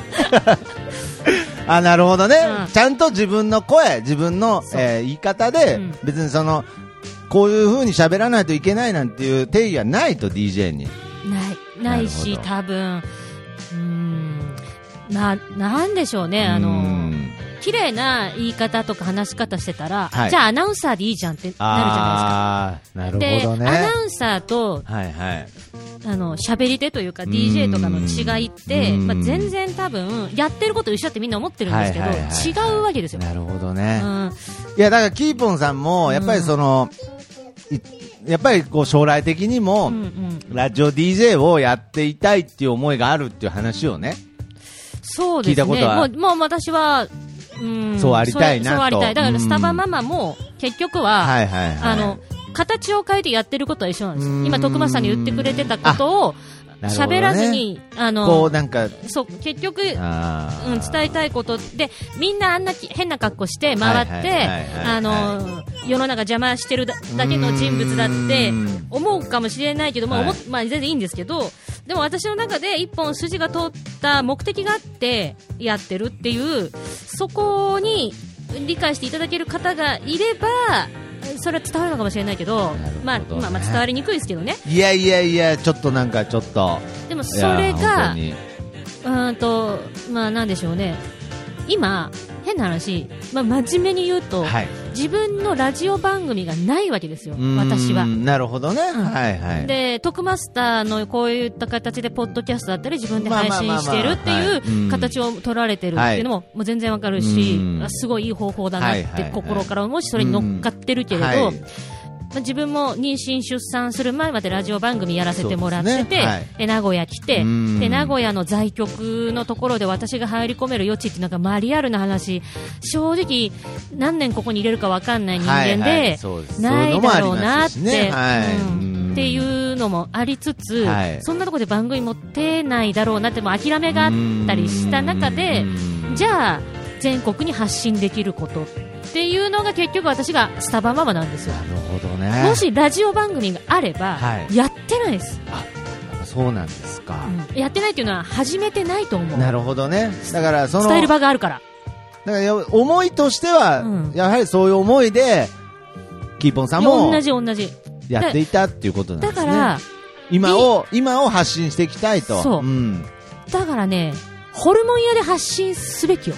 [SPEAKER 2] あ、なるほどね、うん、ちゃんと自分の声自分の、えー、言い方で、うん、別にそのこういう風に喋らないといけないなんていう定義はないと ディージェー に
[SPEAKER 1] ないないし、多分うーんななんでしょうね、あの綺麗な言い方とか話し方してたら、はい、じゃあアナウンサーでいいじゃんってなるじゃないですか。
[SPEAKER 2] なるほどね。
[SPEAKER 1] でアナウンサーと、はいはい、あの喋り手というか ディージェー とかの違いって、まあ、全然多分やってること一緒ってみんな思ってるんですけど、はいはいはいはい、違うわけですよ。
[SPEAKER 2] なるほどね、うん、いやだからキーポンさんもやっぱりその、うん、やっぱりこう将来的にも、うんうん、ラジオ ディージェー をやっていたいっていう思いがあるっていう話をね、
[SPEAKER 1] そうですね、聞いたことはもう、もう私はうん、
[SPEAKER 2] そうありたいなと。
[SPEAKER 1] そうありたい。だからスタバママも結局は、はいはいはい、あの形を変えてやってることは一緒なんです。今徳松さんに言ってくれてたことを喋らずに、ね、あの
[SPEAKER 2] こうなんか
[SPEAKER 1] そう結局、うん、伝えたいことでみんなあんな変な格好して回ってあの世の中邪魔してるだけの人物だって思うかもしれないけど、まあはい、まあ、全然いいんですけど、でも私の中で一本筋が通った目的があってやってるっていう、そこに理解していただける方がいればそれは伝わるのかもしれないけど、ね、まあ、まあまあ伝わりにくいですけどね。
[SPEAKER 2] いやいやいや、ちょっとなんかちょっと
[SPEAKER 1] でもそれがうんとまあなんでしょうね、今変な話、まあ、真面目に言うと、はい、自分のラジオ番組がないわけですよ、私は。
[SPEAKER 2] なるほどね、うん、はいはい。
[SPEAKER 1] でトクマスターのこういった形でポッドキャストだったり自分で配信してるっていう形を取られてるっていうのももう全然わかるし、すごいいい方法だなって心から思うし、それに乗っかってるけれど、はい、まあ、自分も妊娠出産する前までラジオ番組やらせてもらってて、ね、はい、で名古屋来て、で名古屋の在局のところで私が入り込める余地っていうのが、まあ、リアルな話、正直何年ここに入れるか分かんない人間でないだろうなって、っていうのもありつつ、はい、そんなところで番組持ってないだろうなってもう諦めがあったりした中で、じゃあ全国に発信できることっていうのが結局私がスタバママなんですよ。
[SPEAKER 2] なるほどね。
[SPEAKER 1] もしラジオ番組があれば、はい、やってないです。
[SPEAKER 2] あ、そうなんですか、
[SPEAKER 1] うん、やってないっていうのは始めてないと思う。
[SPEAKER 2] なるほどね。だからその
[SPEAKER 1] 伝える場があるから、
[SPEAKER 2] だから思いとしては、うん、やはりそういう思いでキーポンさんも
[SPEAKER 1] 同じ同じ
[SPEAKER 2] やっていたっていうことなんですね。
[SPEAKER 1] だから
[SPEAKER 2] 今を今を発信していきたいと。
[SPEAKER 1] そう、うん、だからね、ホルモン屋で発信すべきよ。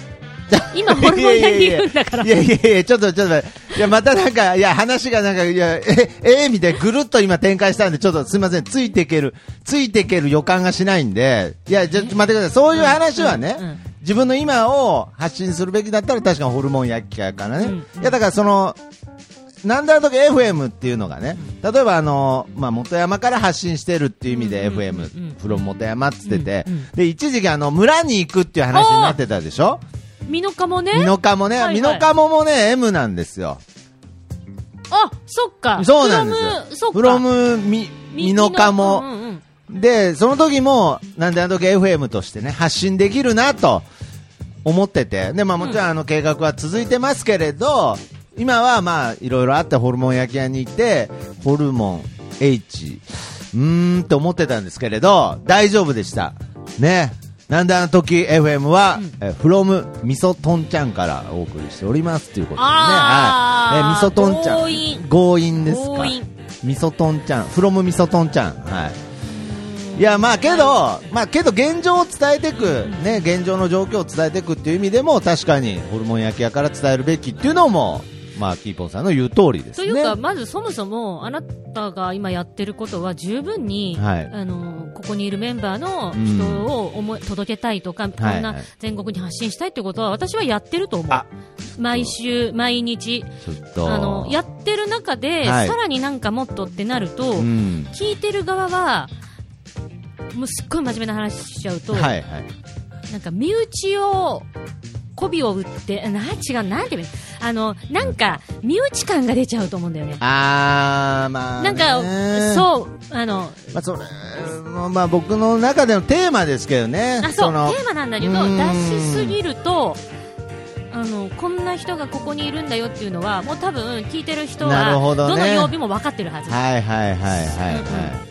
[SPEAKER 1] 今ホルモン屋にいるんだから。
[SPEAKER 2] いやいやいや、ちょっとちょっと、いや、またなんか、いや、話がなんか、いや、え、えー、みたいな、ぐるっと今展開したんで、ちょっとすいません、ついていける、ついていける予感がしないんで、いや、ちょっと待ってください、そういう話はね、うんうんうん、自分の今を発信するべきだったら確かにホルモン焼きやからね。うんうん、いや、だからその、なんだとき エフエム っていうのがね、例えばあの、まあ、元山から発信してるっていう意味で エフエム、フロム元山って言ってて、で、一時期あの、村に行くっていう話になってたでしょ？
[SPEAKER 1] 美濃加茂ね。
[SPEAKER 2] 美濃加茂ね。美濃加茂もね、M なんですよ。
[SPEAKER 1] あ、そっか。
[SPEAKER 2] そうなんですよ。フロム、み、美濃加茂。で、その時も、なんであの時 エフエム としてね、発信できるなと思ってて。で、まあもちろんあの計画は続いてますけれど、今はまあいろいろあってホルモン焼き屋に行って、ホルモン H、うーんって思ってたんですけれど、大丈夫でした。ね。なんであの時 エフエム は、うん、え from みそとんちゃんからお送りしておりますということですね。はい。えみそとんちゃん。強引。強引ですか。強引。みそとんちゃん。from みそとんちゃん。はい。いや、まあけど、まあけど現状を伝えていく、ね、現状の状況を伝えていくっていう意味でも、確かにホルモン焼き屋から伝えるべきっていうのも、まあ、キーポンさんの言う通りですね。
[SPEAKER 1] というか、まずそもそもあなたが今やってることは十分に、はい、あのここにいるメンバーの人を思い、うん、届けたいとか、こんな全国に発信したいってことは私はやってると思う。毎週毎日あのやってる中で、はい、さらになんかもっとってなると、うん、聞いてる側はもうすっごい真面目な話しちゃうと、はいはい、なんか身内を媚びを売ってな違うなんていうのあのなんか身内感が出ちゃうと思うんだよね。
[SPEAKER 2] あーまあ
[SPEAKER 1] なんかそうあの
[SPEAKER 2] まあそれまあ僕の中でのテーマですけどね。
[SPEAKER 1] あそうテーマなんだけど出しすぎるとあのこんな人がここにいるんだよっていうのはもう多分聞いてる人は ど, どの曜日も分かってるはず。
[SPEAKER 2] はいはいはいはいはい、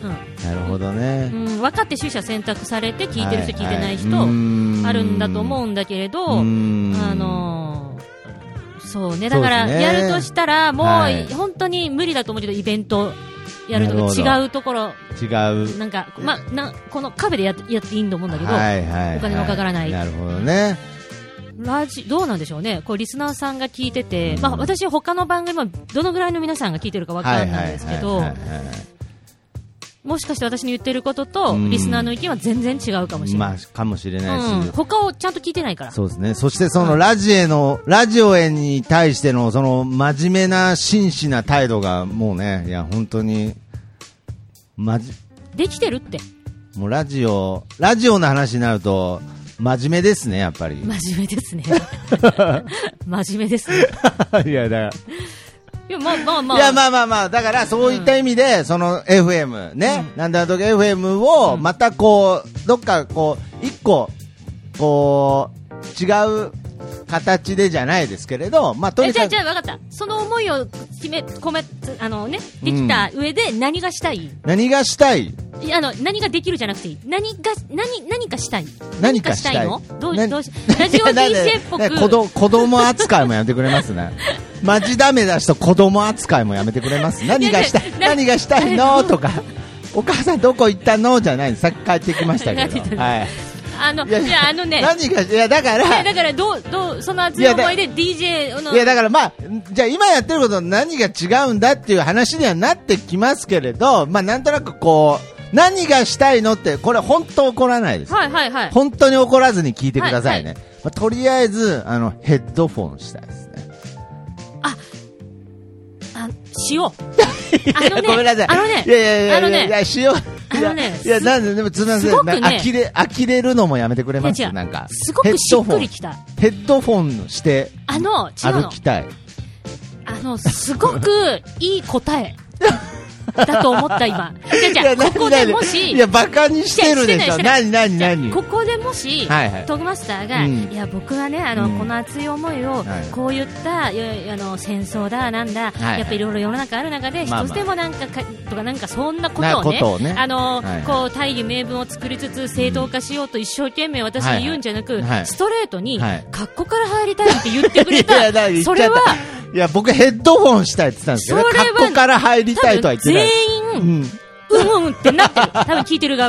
[SPEAKER 2] うんうん、なるほどね、
[SPEAKER 1] うん、分かって取捨選択されて聞いてる人、はいはい、聞いてない人あるんだと思うんだけれど、あのそうねだからやるとしたらもう、はい、本当に無理だと思うけどイベントやるとか違うところ
[SPEAKER 2] 違う
[SPEAKER 1] なんか、ま、なこのカフェで や, やっていいと思うんだけど、はいはいはい、お金のかからない。
[SPEAKER 2] なるほどね。
[SPEAKER 1] ラジどうなんでしょうね。こうリスナーさんが聞いてて、うんまあ、私は他の番組もどのぐらいの皆さんが聞いてるか分からないんですけど、もしかして私の言ってることとリスナーの意見は全然違うかもしれない、
[SPEAKER 2] まあ、かもしれないし、うん、
[SPEAKER 1] 他をちゃんと聞いてないから。
[SPEAKER 2] そうですね。そしてそのラジエの、うん、ラジオへに対してのその真面目な真摯な態度がもうね、いや本当にまじ
[SPEAKER 1] できてるって
[SPEAKER 2] もうラジオラジオの話になると真面目ですね、やっぱり。
[SPEAKER 1] 真面目ですね。真面目ですね。
[SPEAKER 2] いや、だから。
[SPEAKER 1] いや、まあまあまあ。
[SPEAKER 2] いや、まあまあまあ。だから、そういった意味で、うん、その エフエム ね。うん、なんだとか エフエム を、またこう、どっかこう、一個、こう、違う形でじゃないですけれど、まあ、とにかく。
[SPEAKER 1] じゃあ、じゃあ、分かった。その思いを決め、込め、あのね、できた上で何がしたい、うん、
[SPEAKER 2] 何がしたい
[SPEAKER 1] いやあの何ができるじゃなくていい。何が何何かしたい。
[SPEAKER 2] 何かしたい
[SPEAKER 1] の？どうどうしラジオ ディージェー っぽく。
[SPEAKER 2] 子供子供扱いもやめてくれますね。マジダメだしと子供扱いもやめてくれます。何がしたい何がしたいのとか。お母さんどこ行ったのじゃない。さっき帰ってきましたけど。はい。
[SPEAKER 1] あのいやいやあのね。
[SPEAKER 2] 何がいやだからいや
[SPEAKER 1] だからどうどうその熱い思いで ディージェー の
[SPEAKER 2] いやだからまあじゃあ今やってること何が違うんだっていう話にはなってきますけれど、まあなんとなくこう。何がしたいのってこれ本当怒らないです、
[SPEAKER 1] はいはいはい、
[SPEAKER 2] 本当に怒らずに聞いてくださいね、はいはいまあ、とりあえずあのヘッドフォンしたいですね。
[SPEAKER 1] ああしよう
[SPEAKER 2] あのねごめんなさい
[SPEAKER 1] あのね
[SPEAKER 2] いやいやいやあのねいやしよう
[SPEAKER 1] あのね
[SPEAKER 2] いやなんででもすみません、ね、呆れ呆れるのもやめてくれます。なんか
[SPEAKER 1] すごくしっくりきた
[SPEAKER 2] ヘッドフォンして
[SPEAKER 1] あの
[SPEAKER 2] 歩きたい。
[SPEAKER 1] あのすごくいい答えだと思った今。じゃあここでもし
[SPEAKER 2] いやバカにしてるでしょ。何何何
[SPEAKER 1] ここでもし、はいはい、トグマスターが、うん、いや僕はねあの、うん、この熱い思いを、はい、こういったあの戦争だなんだ、はいはい、やっぱりいろいろ世の中ある中で、まあまあ、一つでもなんかかとかなんかそんなことを ね, をねあの、はいはい、こう大義名分を作りつつ正当化しようと一生懸命私に言うんじゃなく、はいはい、ストレートに、はい、カッコから入りたいって言ってくれたそれはい
[SPEAKER 2] や僕ヘッドホンしたいって言ったんですけど、カッコから入りたいとは言ってない。
[SPEAKER 1] 全員、うん、うんうんってなってる。多分聞いてる側。ま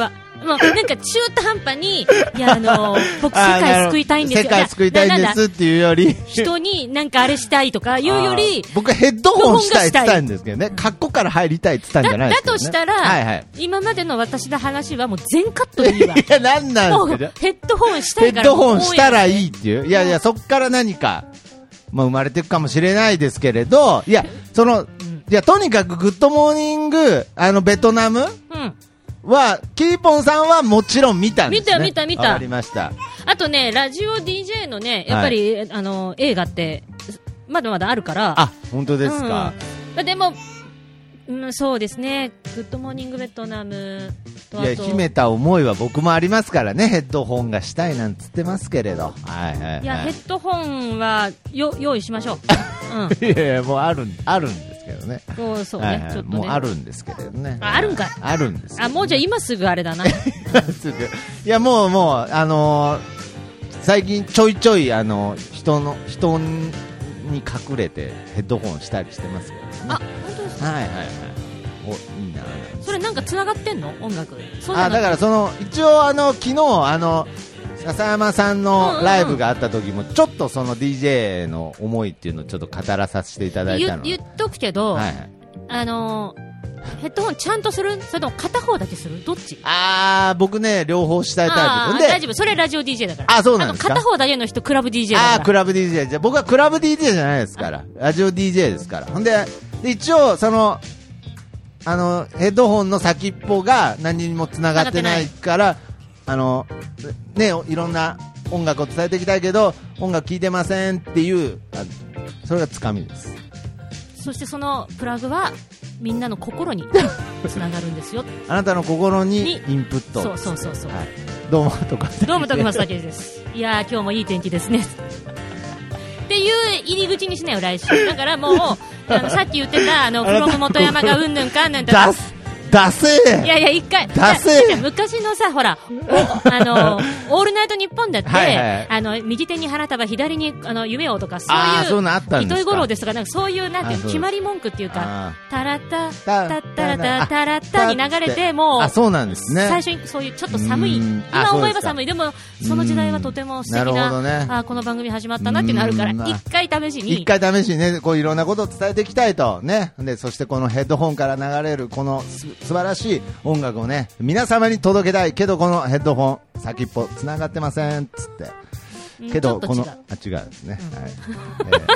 [SPEAKER 1] もうなんか中途半端に、いや、あのー、僕世界救いたいんですよ。
[SPEAKER 2] 世界救いたいんですっていうより、
[SPEAKER 1] 人になんかあれしたいとかいうより、
[SPEAKER 2] 僕はヘッドホンしたいって言ったんですけどね、カッコから入りたいって言ったんじゃないですか、ね、
[SPEAKER 1] だ, だとしたら、はいはい、今までの私の話はもう全カットでいいわ。
[SPEAKER 2] いや、なんなんですか。
[SPEAKER 1] ヘッドホンしたいから。
[SPEAKER 2] ヘッドホンしたらいいっていう。いやいや、そっから何か、まあ、生まれていくかもしれないですけれど、いや、その、いや、とにかくグッドモーニング、あの、ベトナム、うんは、キーポンさんはもちろん見たんですね。
[SPEAKER 1] 見た見た見た。
[SPEAKER 2] わかりました。
[SPEAKER 1] あとね、ラジオ ディージェー のね、やっぱり、はい、あの、映画って、まだまだあるから。
[SPEAKER 2] あ、本当ですか。
[SPEAKER 1] うん、でも、うん、そうですね、グッドモーニングベトナムと、あと。いや、
[SPEAKER 2] 秘めた思いは僕もありますからね、ヘッドホンがしたいなんつってますけれど。はいはいはい。
[SPEAKER 1] いや、ヘッドホンは、よ、用意しましょう。
[SPEAKER 2] うん、いやいや、もうある、あるんですけどね。
[SPEAKER 1] そうそうね、はいはい、ちょっとね。
[SPEAKER 2] もうあるんですけれどね。
[SPEAKER 1] あ、あるんかい。
[SPEAKER 2] あるんです。
[SPEAKER 1] あ、もうじゃあ今すぐあれだな。
[SPEAKER 2] すぐ。いや、もうもう、あのー、最近ちょいちょい、あのー、人の、人に隠れてヘッドホンしたりしてますけどね。
[SPEAKER 1] あ、本当ですか。
[SPEAKER 2] はいはいはい。お、いいな。
[SPEAKER 1] それなんか繋がってんの音楽。
[SPEAKER 2] そうあ、だからその、一応あの、昨日、あの、笹山さんのライブがあった時もちょっとその ディージェー の思いっていうのをちょっと語らさせていただいたの
[SPEAKER 1] 言, 言っとくけど、はいはい、あのー、ヘッドホンちゃんとするそれとも片方だけするどっち？
[SPEAKER 2] あー僕ね両方したいタイプで
[SPEAKER 1] 大丈夫それラジオ ディージェー だから
[SPEAKER 2] あそうなんですか
[SPEAKER 1] 片方だけの人クラブ ディージェー だから
[SPEAKER 2] あクラブ ディージェー じゃ僕はクラブ ディージェー じゃないですからラジオ ディージェー ですからほん で, で一応そのあのヘッドホンの先っぽが何にもつながってないからあのねいろんな音楽を伝えていきたいけど音楽聴いてませんっていうそれがつかみです。
[SPEAKER 1] そしてそのプラグはみんなの心につながるんですよ
[SPEAKER 2] あなたの心にインプット
[SPEAKER 1] そうそうそうそう、はい、
[SPEAKER 2] どうも徳松
[SPEAKER 1] どうも徳松武ですいやー今日もいい天気ですねっていう入り口にしなよ来週だからもうあのさっき言ってたあのフロム元山がうんぬんかんぬんとか
[SPEAKER 2] ダセー
[SPEAKER 1] いやいや一回
[SPEAKER 2] ダセー
[SPEAKER 1] 昔のさほらあのオールナイトニッポンだって、はいはい、あの右手に花束左にあの夢をとかそういう糸井五郎ですとかなんかそういうなんていう決まり文句っていうかタラタタッタラタタラッタに流れてもう
[SPEAKER 2] あそうなんですね
[SPEAKER 1] 最初にそういうちょっと寒い今思えば寒いでもその時代はとても素敵な、ね、あこの番組始まったなっていうのあるから一回試しに
[SPEAKER 2] 一回試しにねこういろんなことを伝えていきたいとねでそしてこのヘッドホンから流れるこの素晴らしい音楽をね皆様に届けたいけどこのヘッドホン先っぽつながってませんっつってけどこのあ違うですね、うんはい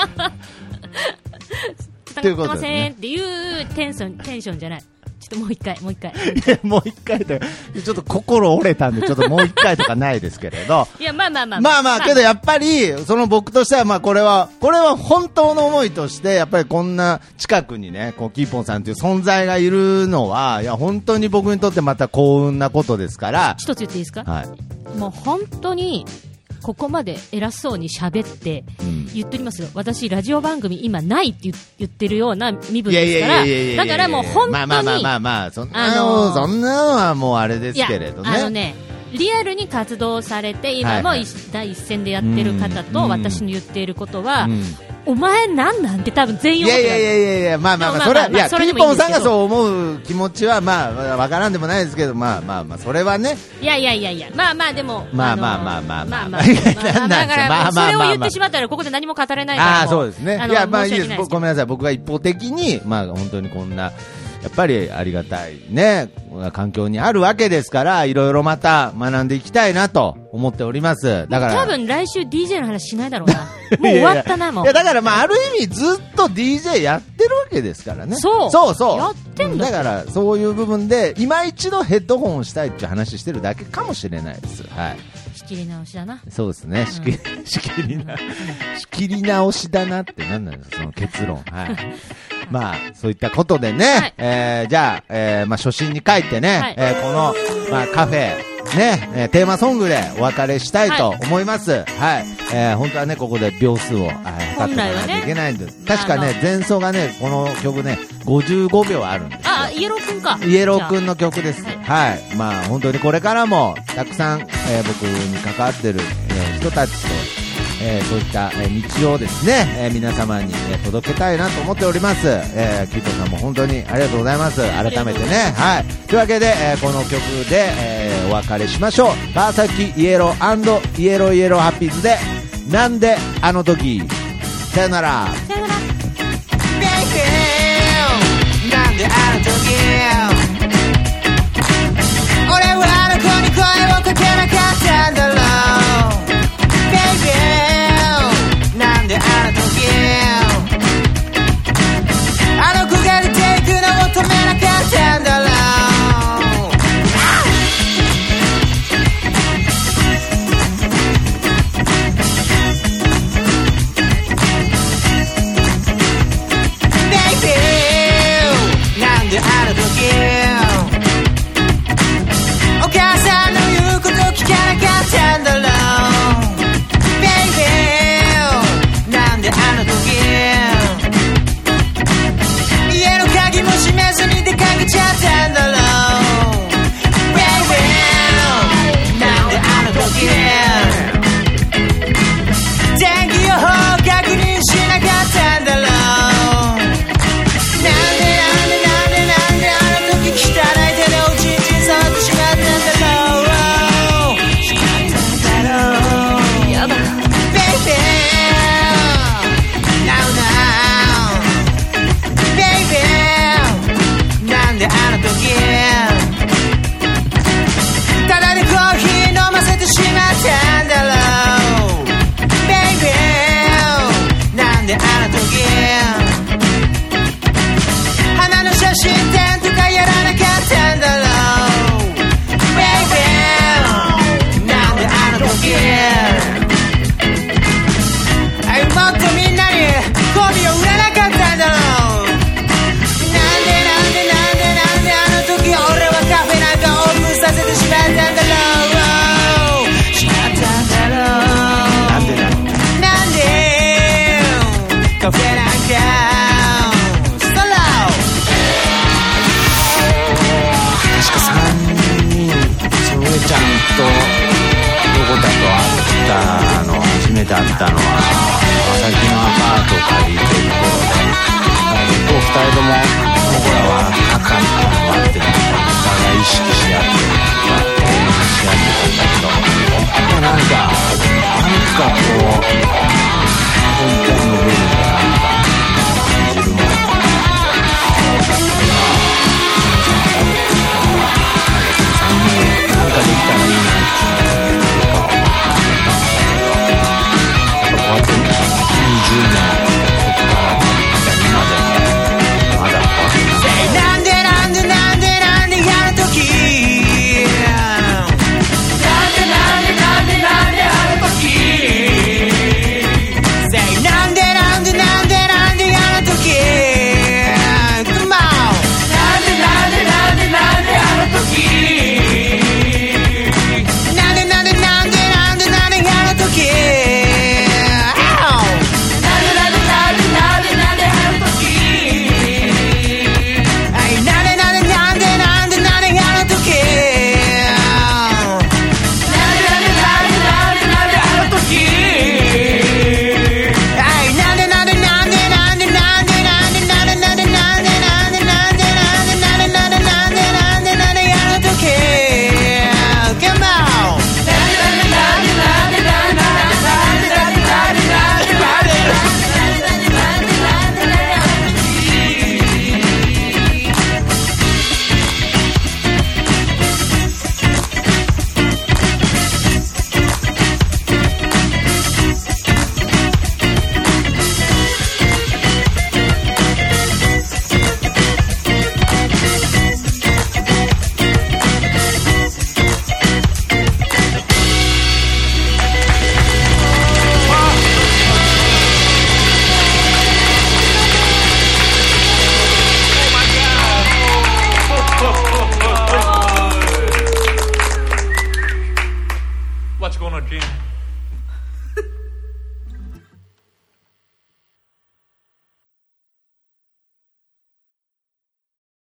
[SPEAKER 1] えー、つながってませんっていうテンションテンションじゃないちょっともう一回もう一回
[SPEAKER 2] もう一回とちょっと心折れたんでちょっともう一回とかないですけれど
[SPEAKER 1] いやまあまあまあ
[SPEAKER 2] まあまあけどやっぱりその僕としてはまあこれはこれは本当の思いとしてやっぱりこんな近くにねこうキーポンさんという存在がいるのはいや本当に僕にとってまた幸運なことですから
[SPEAKER 1] 一つ言っていいですか、
[SPEAKER 2] はい、
[SPEAKER 1] もう本当にここまで偉そうに喋って言っておりますよ、うん、私ラジオ番組今ないって言ってるような身分ですからだからもう本当に
[SPEAKER 2] まあまあまあまあまあそんなの、あのー、そんなのはもうあれですけれどね
[SPEAKER 1] あのねリアルに活動されて今も、はいはい、第一線でやってる方と私の言っていることは、うんうん、お前なんなんて多分全員思ってる。
[SPEAKER 2] いやいやいやいやまあまあまあそれはいやキーポンさんがそう思う気持ちはまあわからんでもないですけどまあまあまあそれはね
[SPEAKER 1] いやいやいやいやまあまあでも
[SPEAKER 2] まあまあまあまあまあまあ
[SPEAKER 1] だからそれを言ってしまったらここで何も語れないから
[SPEAKER 2] あそうですねいやまあいいですごめんなさい僕が一方的にまあ本当にこんなやっぱりありがたいね環境にあるわけですからいろいろまた学んでいきたいなと思っておりますだから
[SPEAKER 1] 多分来週 ディージェー の話しないだろうなもう終わったなもう
[SPEAKER 2] いやだからまあある意味ずっと ディージェー やってるわけですからね
[SPEAKER 1] そう
[SPEAKER 2] そうそう
[SPEAKER 1] やってんだ
[SPEAKER 2] だからそういう部分で今一度ヘッドホンをしたいっていう話してるだけかもしれないですはい
[SPEAKER 1] 仕切り直しだな
[SPEAKER 2] そうですね、うん、仕切仕切りな仕切り直しだなって何なんですかその結論はいまあそういったことでね、はいえー、じゃあ、えー、まあ初心に帰ってね、はいえー、この、まあ、カフェね、えー、テーマソングでお別れしたいと思います。はい。はい、えー、本当はね、ここで秒数を、はい、測っておかないといけないんです。ね、確かね、前奏がね、この曲ね、ごじゅうごびょうあるんです。
[SPEAKER 1] あ、イエローくんか。
[SPEAKER 2] イエローくんの曲です。はい。まあ、本当にこれからも、たくさん、えー、僕に関わってる、えー、人たちと、 えー、そういった、えー、道をですね、えー、皆様に、えー、届けたいなと思っております。えー、キッドさんも本当にありがとうございます。改めてね、はい。というわけで、えー、この曲で、えー、お別れしましょう。川崎イエロー&イエローイエローハッピーズで、なんであの時。さよなら。
[SPEAKER 1] さよなら。
[SPEAKER 3] なんであの時俺はあの子に声をかけなかったんだろう Baby なんであの時あの子が出ていくのを止めなかったんだろうお母さんの言うこと聞かなかったんだろう Baby なんであの時家の鍵も閉めずに出かけちゃったんだろう Baby なんであの時天気予報確認しなかったんだろうただでコーヒー飲ませてしまったんだろう Baby なんであの時花の写真って